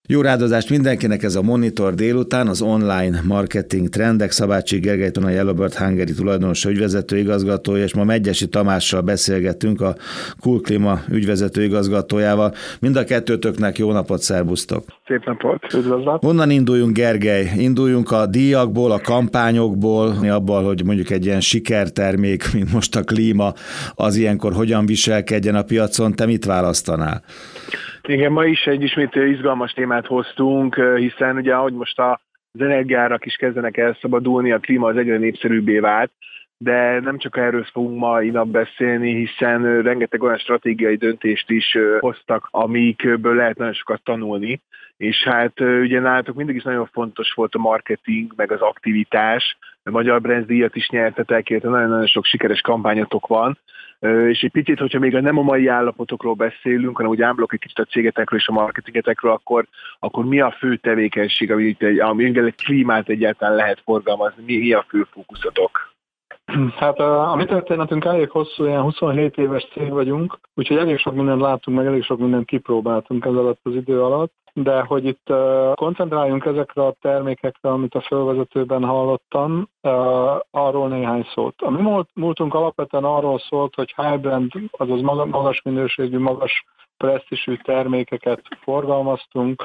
Jó rádozást mindenkinek, ez a Monitor délután, az online marketing trendek. Szabácsik Gergelyton, a Yellowbird Hungary tulajdonos ügyvezető igazgatója, és ma Megyesi Tamással beszélgettünk, a Cool Klima ügyvezető igazgatójával. Mind a kettőtöknek jó napot, szervusztok! Szép napot, üdvözlet! Honnan induljunk, Gergely? Induljunk a díjakból, a kampányokból, abból, hogy mondjuk egy ilyen sikertermék, mint most a klíma, az ilyenkor hogyan viselkedjen a piacon. Te mit választanál? Igen, ma is egy ismét izgalmas témát hoztunk, hiszen ugye ahogy most az energiaárak is kezdenek elszabadulni, a klíma az egyre népszerűbbé vált, de nem csak erről fogunk ma innen beszélni, hiszen rengeteg olyan stratégiai döntést is hoztak, amikből lehet nagyon sokat tanulni, és hát ugye nálatok mindig is nagyon fontos volt a marketing, meg az aktivitás, a Magyar Brands díjat is nyertetek, illetve nagyon-nagyon sok sikeres kampányotok van, és egy picit, hogyha még nem a mai állapotokról beszélünk, hanem úgy ámblok egy kicsit a cégetekről és a marketingetekről, akkor mi a fő tevékenység, amivel egy klímát egyáltalán lehet forgalmazni, mi a fő fókuszotok? Hát a mi történetünk elég hosszú, ilyen 27 éves cég vagyunk, úgyhogy elég sok mindent láttunk, meg elég sok mindent kipróbáltunk ez alatt az idő alatt, de hogy itt koncentráljunk ezekre a termékekre, amit a fölvezetőben hallottam, arról néhány szót. A mi múltunk alapvetően arról szólt, hogy high brand, azaz magas minőségű, magas presztízsű termékeket forgalmaztunk.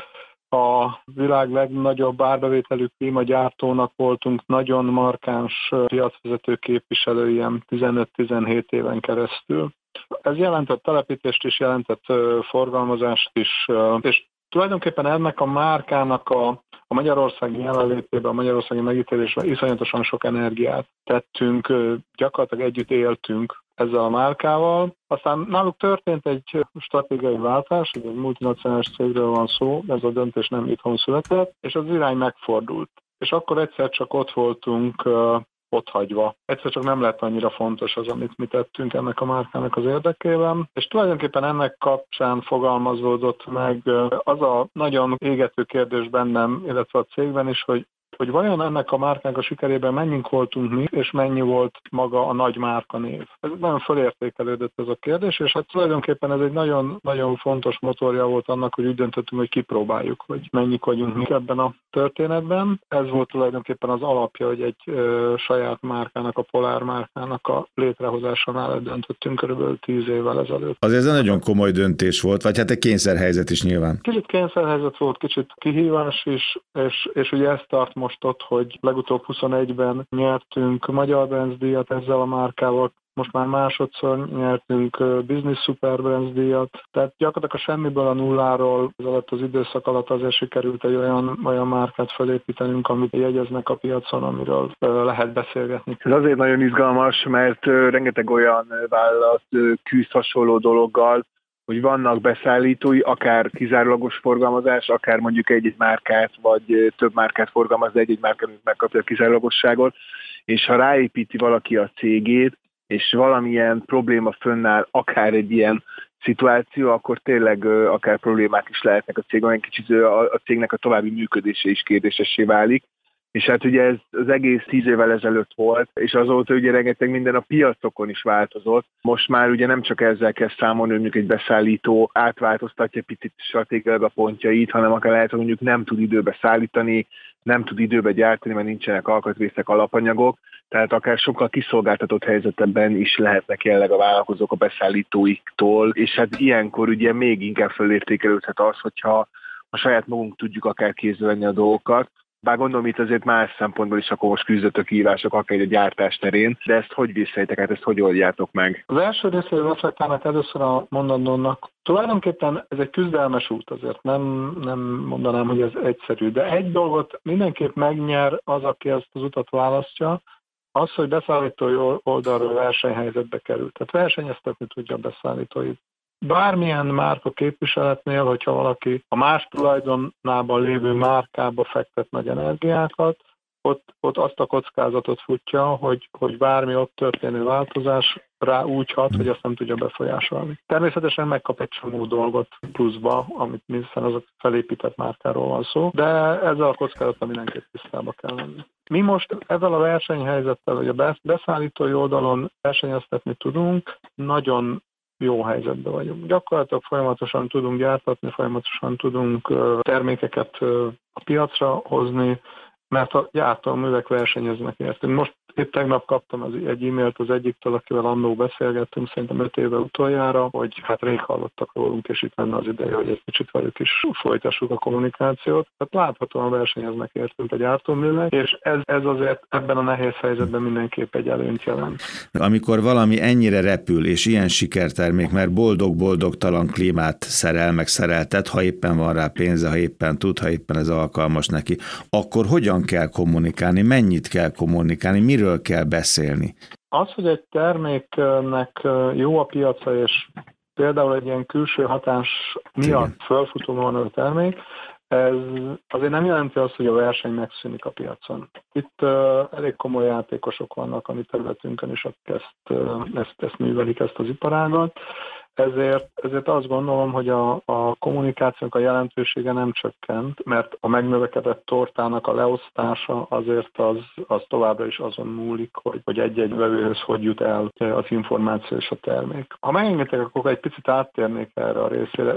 A világ legnagyobb árbevételű klímagyártónak voltunk nagyon markáns piacvezető képviselő, ilyen 15-17 éven keresztül. Ez jelentett telepítést is, jelentett forgalmazást is, és tulajdonképpen ennek a márkának a magyarországi jelenlétében, a magyarországi megítélésben iszonyatosan sok energiát tettünk, gyakorlatilag együtt éltünk ezzel a márkával. Aztán náluk történt egy stratégiai váltás, egy multinacionális cégről van szó, ez a döntés nem itthon született, és az irány megfordult. És akkor egyszer csak ott voltunk otthagyva. Egyszer csak nem lett annyira fontos az, amit mi tettünk ennek a márkának az érdekében, és tulajdonképpen ennek kapcsán fogalmazódott meg az a nagyon égető kérdés bennem, illetve a cégben is, hogy vajon ennek a márkának a sikerében mennyink voltunk mi, és mennyi volt maga a nagy márkanév. Ez nagyon fölértékelődött ez a kérdés, és hát tulajdonképpen ez egy nagyon, nagyon fontos motorja volt annak, hogy úgy döntöttünk, hogy kipróbáljuk, hogy mennyik vagyunk mi ebben a történetben. Ez volt tulajdonképpen az alapja, hogy egy saját márkának, a Polár márkának a létrehozása mellett döntöttünk körülbelül 10 évvel ezelőtt. Azért ez egy nagyon komoly döntés volt, vagy hát egy kényszerhelyzet is nyilván. Kicsit kényszerhelyzet volt, kicsit kihívás is, és ugye ez tart most ott, hogy legutóbb 21-ben nyertünk Magyar Brands díjat ezzel a márkával, most már másodszor nyertünk Business Super Brands díjat, tehát gyakorlatilag a semmiből, a nulláról az alatt az időszak alatt azért sikerült egy olyan márkát felépítenünk, amit jegyeznek a piacon, amiről lehet beszélgetni. Ez azért nagyon izgalmas, mert rengeteg olyan vállalat küzd hasonló dologgal, hogy vannak beszállítói, akár kizárólagos forgalmazás, akár mondjuk egy-egy márkát, vagy több márkát forgalmaz, de egy-egy márkát megkapja a kizárólagosságot, és ha ráépíti valaki a cégét, és valamilyen probléma fönnáll, akár egy ilyen szituáció, akkor tényleg akár problémák is lehetnek a cégben, egy kicsit a cégnek a további működése is kérdésessé válik. És hát ugye ez az egész 10 évvel ezelőtt volt, és azóta ugye rengeteg minden a piacokon is változott. Most már ugye nem csak ezzel kell számolni, hogy mondjuk egy beszállító átváltoztatja picit stratégiailag a pontjait, hanem akár lehet, hogy mondjuk nem tud időbe szállítani, nem tud időbe gyártani, mert nincsenek alkatrészek, alapanyagok, tehát akár sokkal kiszolgáltatott helyzetben is lehetnek jelenleg a vállalkozók a beszállítóiktól, és hát ilyenkor ugye még inkább felértékelődhet az, hogyha a saját magunk tudjuk akár kézbe venni a dolgokat. Bár gondolom itt azért más szempontból is akkor most küzdöttök kihívások, akár egy gyártás terén, de ezt hogy visszajétek, hát ezt hogy oldjátok meg? Az első részéről reflektálnak először a mondandónak. Tulajdonképpen ez egy küzdelmes út, azért nem mondanám, hogy ez egyszerű, de egy dolgot mindenképp megnyer az, aki ezt az utat választja, az, hogy beszállítói oldalról versenyhelyzetbe kerül. Tehát versenyeztetni tudja a beszállítóit. Bármilyen márka képviseletnél, hogyha valaki a más tulajdonában lévő márkába fektet nagy energiákat, ott azt a kockázatot futja, hogy bármi ott történő változás rá úgy hat, hogy azt nem tudja befolyásolni. Természetesen megkap egy csomó dolgot pluszba, amit hiszen az a felépített márkáról van szó, de ezzel a kockázattal mindenképp tisztába kell lenni. Mi most ezzel a versenyhelyzettel, hogy a beszállítói oldalon versenyeztetni tudunk, nagyon jó helyzetben vagyunk. Gyakorlatilag folyamatosan tudunk gyártatni, folyamatosan tudunk termékeket a piacra hozni, mert a gyártóművek versenyeznek értünk. Most épp tegnap kaptam egy e-mailt az egyiktől, akivel annó beszélgettünk, szerintem 5 éve utoljára, hogy hát rég hallottak rólunk, és itt lenne az ideje, hogy egy kicsit velük is folytassuk a kommunikációt. Tehát láthatóan versenyeznek értünk a gyártóművek, és ez azért ebben a nehéz helyzetben mindenképp egy előnyt jelent. Amikor valami ennyire repül, és ilyen sikertermék, mert boldog-boldogtalan klímát szerel, meg szereltet, ha éppen van rá pénze, ha éppen tud, ha éppen ez alkalmas neki, akkor hogyan kell kommunikálni, mennyit kell kommunikálni, miről kell beszélni? Az, hogy egy terméknek jó a piaca, és például egy ilyen külső hatás miatt fölfutó van a termék, ez azért nem jelenti azt, hogy a verseny megszűnik a piacon. Itt elég komoly játékosok vannak a mi területünkön is, akik ezt művelik, ezt az iparágat. Ezért azt gondolom, hogy a kommunikációnak a jelentősége nem csökkent, mert a megnövekedett tortának a leosztása azért az továbbra is azon múlik, hogy egy-egy vevőhöz hogy jut el az információ és a termék. Ha megengedtek, akkor egy picit áttérnék erre a részére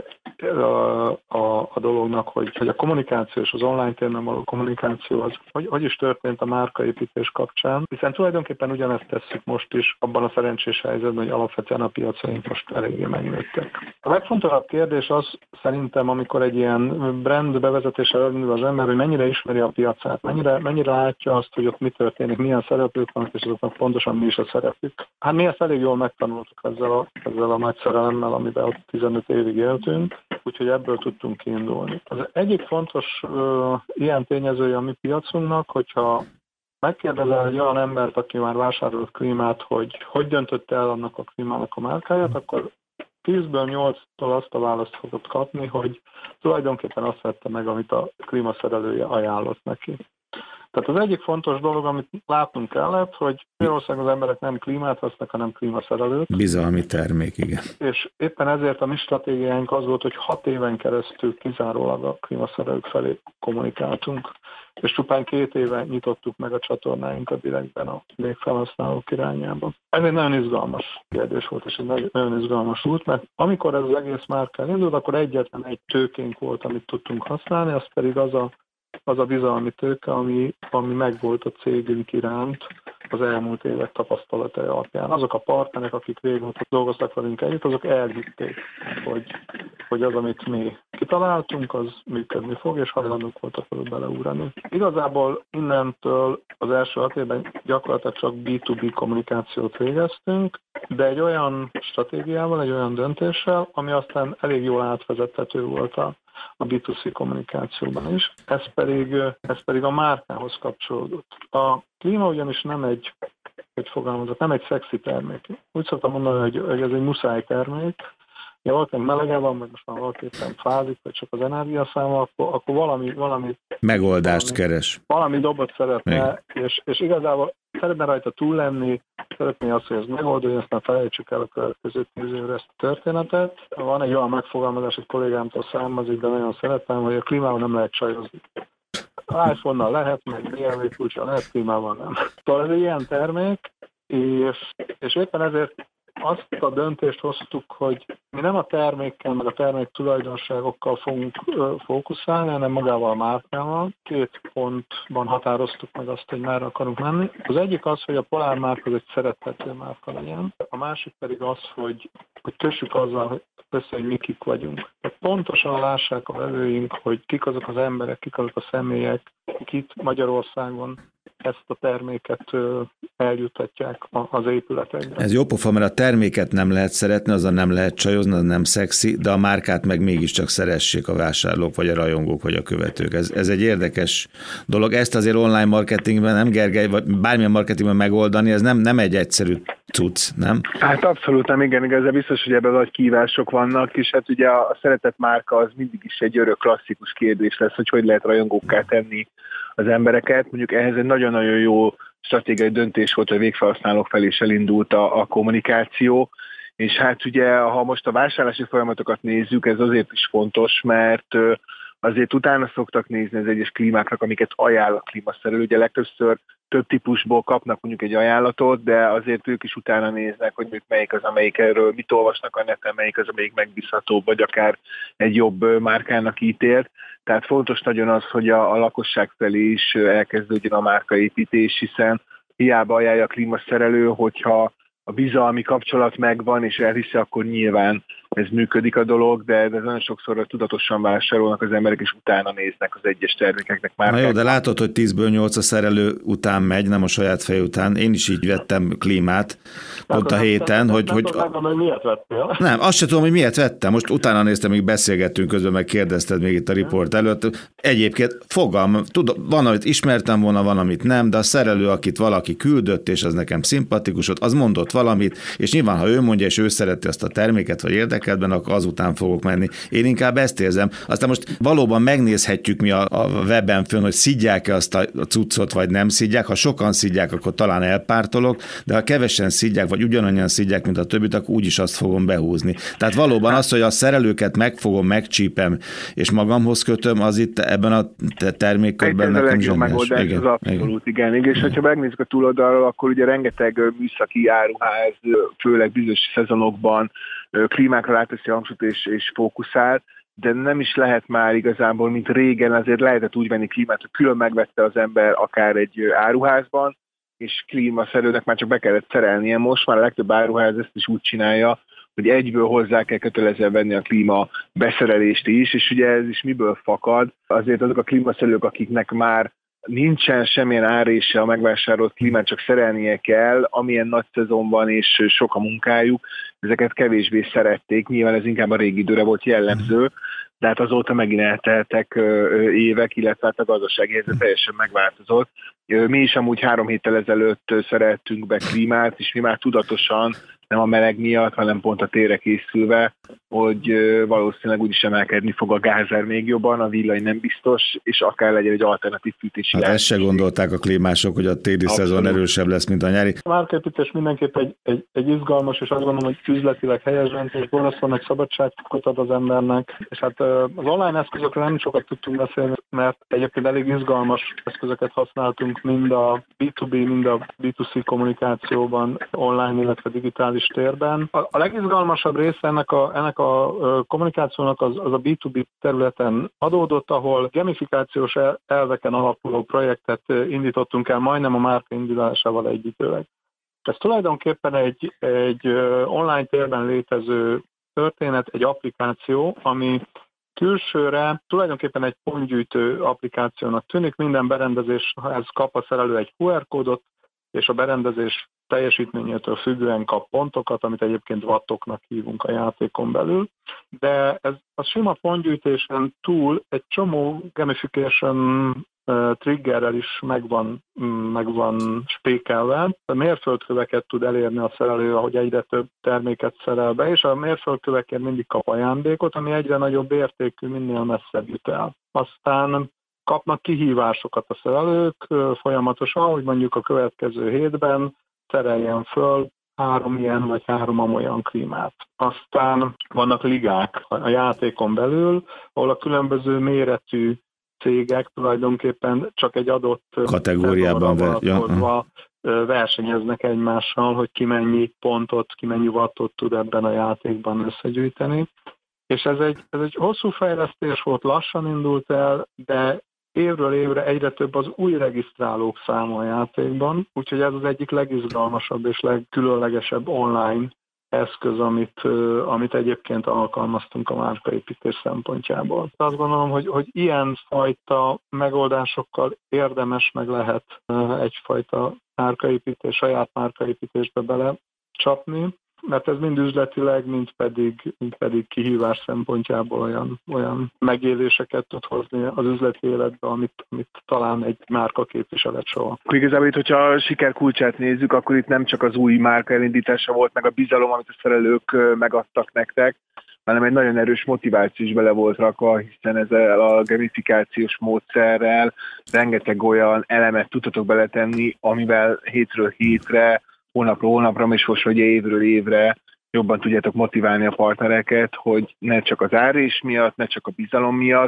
a dolognak, hogy a kommunikáció és az online térben való kommunikáció az, hogy is történt a márkaépítés kapcsán, hiszen tulajdonképpen ugyanezt tesszük most is abban a szerencsés helyzetben, hogy alapvetően a piacaink most eléggé megnőttek. A legfontosabb kérdés az szerintem, amikor egy ilyen brand bevezetéssel elindul az ember, hogy mennyire ismeri a piacát, mennyire látja azt, hogy ott mi történik, milyen szereplők vannak, és azoknak pontosan mi is a szerepük. Hát mi ezt elég jól megtanultuk ezzel a nagy szerelemmel, amiben ott 15 évig éltünk, úgyhogy ebből tudtunk kiindulni. Az egyik fontos ilyen tényezője a mi piacunknak, hogyha megkérdezel egy olyan embert, aki már vásárolt klímát, hogy döntött el annak a klímának a márkáját, akkor 10-ből 8-tól azt a választ fogod kapni, hogy tulajdonképpen azt vette meg, amit a klímaszerelője ajánlott neki. Tehát az egyik fontos dolog, amit látnunk kellett, hogy Magyarországon az emberek nem klímát vesznek, hanem klímaszerelőt. Bizalmi termék, igen. És éppen ezért a mi stratégiánk az volt, hogy 6 éven keresztül kizárólag a klímaszerelők felé kommunikáltunk, és csupán 2 éve nyitottuk meg a csatornáinkat direktben a végfelhasználók irányába. Ez egy nagyon izgalmas kérdés volt, és egy nagyon izgalmas út, mert amikor ez az egész márka elindult, akkor egyetlen egy tőkénk volt, amit tudtunk használni, az pedig az a bizalmi tőke, ami megvolt a cégünk iránt az elmúlt évek tapasztalatai alapján. Azok a partnerek, akik régóta dolgoztak velünk együtt, azok elhitték, hogy az, amit mi kitaláltunk, az működni fog, és hajlandók voltak velük beleúrani. Igazából innentől az első 6 évben gyakorlatilag csak B2B kommunikációt végeztünk, de egy olyan stratégiával, egy olyan döntéssel, ami aztán elég jól átvezethető volt a B2C kommunikációban is, ez pedig a márkához kapcsolódott. A klíma ugyanis nem egy szexi termék. Úgy szoktam mondani, hogy ez egy muszáj termék. Ha valakinek melege van, vagy most már valaki éppen fázik, vagy csak az energiaszáma, akkor valami megoldást keres. Valami dobot szeretne, és igazából szeretne rajta túl lenni, szeretné azt, hogy ez megoldódjon, aztán felejtsük el a következő 10 évre ezt a történetet. Van egy olyan megfogalmazás, egy kollégámtól származik, de nagyon szeretem, hogy a klímával nem lehet csajozni. iPhone-nal lehet, meg BMW kulccsal lehet, klímával nem. Szóval ez egy ilyen termék, és éppen ezért azt a döntést hoztuk, hogy mi nem a termékkel, meg a termék tulajdonságokkal fogunk fókuszálni, hanem magával a márkával. 2 pontban határoztuk meg azt, hogy merre akarunk menni. Az egyik az, hogy a Polár márka az egy szerethető márka legyen. A másik pedig az, hogy kössük azzal, hogy mi kik vagyunk. Tehát pontosan lássák a vevőink, hogy kik azok az emberek, kik azok a személyek, akik itt Magyarországon ezt a terméket eljutatják az épületekbe. Ez jó pofa, mert a terméket nem lehet szeretni, azzal nem lehet csajozni, az nem szexi, de a márkát meg mégiscsak szeressék a vásárlók, vagy a rajongók, vagy a követők. Ez egy érdekes dolog. Ezt azért online marketingben nem, Gergely, vagy bármilyen marketingben megoldani, ez nem egy egyszerű cucc, nem? Hát abszolút nem, igen, de biztos, hogy ebben nagy kihívások vannak, és hát ugye a szeretett márka az mindig is egy örök klasszikus kérdés lesz, hogy lehet rajongókká tenni az embereket. Mondjuk ehhez egy nagyon-nagyon jó stratégiai döntés volt, hogy a végfelhasználók felé is elindult a kommunikáció, és hát ugye, ha most a vásárlási folyamatokat nézzük, ez azért is fontos, mert azért utána szoktak nézni az egyes klímáknak, amiket ajánl a klímaszerelő. Ugye legtöbbször több típusból kapnak mondjuk egy ajánlatot, de azért ők is utána néznek, hogy melyik az, amelyik erről mit olvasnak a neten, melyik az, amelyik megbízhatóbb, vagy akár egy jobb márkának ítélt. Tehát fontos nagyon az, hogy a lakosság felé is elkezdődjön a márkaépítés, hiszen hiába ajánlja a klímaszerelő, hogyha a bizalmi kapcsolat megvan, és elhiszi, akkor nyilván ez működik a dolog, de nagyon sokszor tudatosan vásárolnak az emberek, és utána néznek az egyes termékeknek már. Na jó, de látod, hogy 10-ből 8 a szerelő után megy, nem a saját fej után. Én is így vettem klímát pont a héten, hogy... miért vettél? Nem, azt sem tudom, hogy miért vettem. Most utána néztem, még beszélgettünk közben, meg kérdezted még itt a riport előtt. Egyébként van, amit ismertem volna, van, amit nem, de a szerelő, akit valaki küldött, és az nekem szimpatikus volt, az mondott valamit, és nyilván, ha ő mondja, és ő szereti azt a terméket, vagy érdekeltben, akkor azután fogok menni. Én inkább ezt érzem. Aztán most valóban megnézhetjük mi a weben fönn, hogy szidják-e azt a cuccot, vagy nem szidják. Ha sokan szidják, akkor talán elpártolok, de ha kevesen szidják, vagy ugyanannyian szidják, mint a többit, akkor úgyis azt fogom behúzni. Tehát valóban az, hogy a szerelőket megfogom, megcsípem, és magamhoz kötöm, az itt ebben a termékkörben nekem zseniás. Megoldás, az abszolút, igen. És hogyha megnézzük a túloldalról, akkor ugye rengeteg műszaki áruház, főleg bizonyos szezonokban klímákra ráteszi a hangsúlyt és fókuszál, de nem is lehet már igazából, mint régen, azért lehetett úgy venni klímát, hogy külön megvette az ember akár egy áruházban, és klímaszerelőnek már csak be kellett szerelnie. Most már a legtöbb áruház ezt is úgy csinálja, hogy egyből hozzá kell kötelezően venni a klíma beszerelést is, és ugye ez is miből fakad? Azért azok a klímaszerelők, akiknek már nincsen semmilyen árése a megvásárolt klímát, csak szerelnie kell, amilyen nagy szezon van és sok a munkájuk, ezeket kevésbé szerették, nyilván ez inkább a régi időre volt jellemző, de hát azóta megint elteltek évek, illetve hát a gazdasági helyzet teljesen megváltozott. Mi is amúgy 3 héttel ezelőtt szereltünk be klímát, és mi már tudatosan, nem a meleg miatt, hanem pont a térre készülve, hogy valószínűleg úgyis emelkedni fog a gázár még jobban, a villany nem biztos, és akár legyen egy alternatív fűtési. Hát ezt se gondolták a klímások, hogy a téli szezon erősebb lesz, mint a nyári. A márkaépítés mindenképp egy izgalmas, és azt gondolom, hogy üzletileg helyes rendszer, borzasztó nagy szabadságot ad az embernek, és hát az online eszközökről nem sokat tudtunk beszélni, mert egyébként elég izgalmas eszközöket használtunk mind a B2B, mind a B2C kommunikációban, online, illetve digitális térben. A legizgalmasabb része ennek a kommunikációnak az a B2B területen adódott, ahol gamifikációs elveken alapuló projektet indítottunk el majdnem a márka indulásával egyidőleg. Ez tulajdonképpen egy online térben létező történet, egy applikáció, ami külsőre tulajdonképpen egy pontgyűjtő applikációnak tűnik, minden berendezéshez kap a szerelő egy QR kódot, és a berendezés teljesítményétől függően kap pontokat, amit egyébként wattoknak hívunk a játékon belül, de ez a sima pontgyűjtésen túl egy csomó gamification triggerrel is megvan spékelve. A mérföldköveket tud elérni a szerelő, ahogy egyre több terméket szerel be, és a mérföldkövekért mindig kap ajándékot, ami egyre nagyobb értékű, minél messzebb jut el. Aztán kapnak kihívásokat a szerelők folyamatosan, hogy mondjuk a következő hétben szereljen föl 3 ilyen vagy 3 amolyan klímát. Aztán vannak ligák a játékon belül, ahol a különböző méretű cégek tulajdonképpen csak egy adott kategóriában versenyeznek egymással, hogy ki mennyi pontot, ki mennyi wattot tud ebben a játékban összegyűjteni. És ez egy hosszú fejlesztés volt, lassan indult el, de évről évre egyre több az új regisztrálók száma a játékban, úgyhogy ez az egyik legizgalmasabb és legkülönlegesebb online eszköz, amit egyébként alkalmaztunk a márkaépítés szempontjából. Azt gondolom, hogy ilyen fajta megoldásokkal érdemes meg lehet egyfajta saját márkaépítésbe belecsapni, mert ez mind üzletileg, mind pedig kihívás szempontjából olyan megéléseket tud hozni az üzleti életbe, amit talán egy márka képviselet soha. Igazából itt, hogyha a siker kulcsát nézzük, akkor itt nem csak az új márka elindítása volt, meg a bizalom, amit a szerelők megadtak nektek, hanem egy nagyon erős motiváció is bele volt rakva, hiszen ezzel a gamifikációs módszerrel rengeteg olyan elemet tudtatok beletenni, amivel hétről hétre, hónapról hónapra, és most, hogy évről évre jobban tudjátok motiválni a partnereket, hogy ne csak az árés miatt, ne csak a bizalom miatt,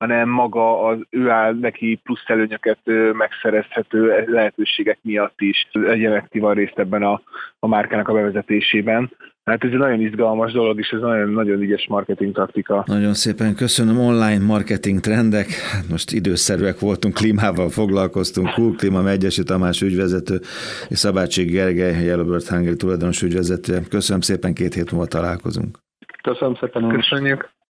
hanem maga az ő áll neki plusz előnyöket megszerezhető lehetőségek miatt is egyen aktívan részt ebben a márkának a bevezetésében. Hát ez egy nagyon izgalmas dolog, és ez nagyon ügyes marketing taktika. Nagyon szépen köszönöm. Online marketing trendek. Most időszerűek voltunk, klímával foglalkoztunk. Cool Klima Megyesi Tamás ügyvezető és Szabádsy Gergely, Yellow Bird Hungary tulajdonos ügyvezető. Köszönöm szépen, 2 hét múlva találkozunk. Köszönöm szépen. Köszönjük.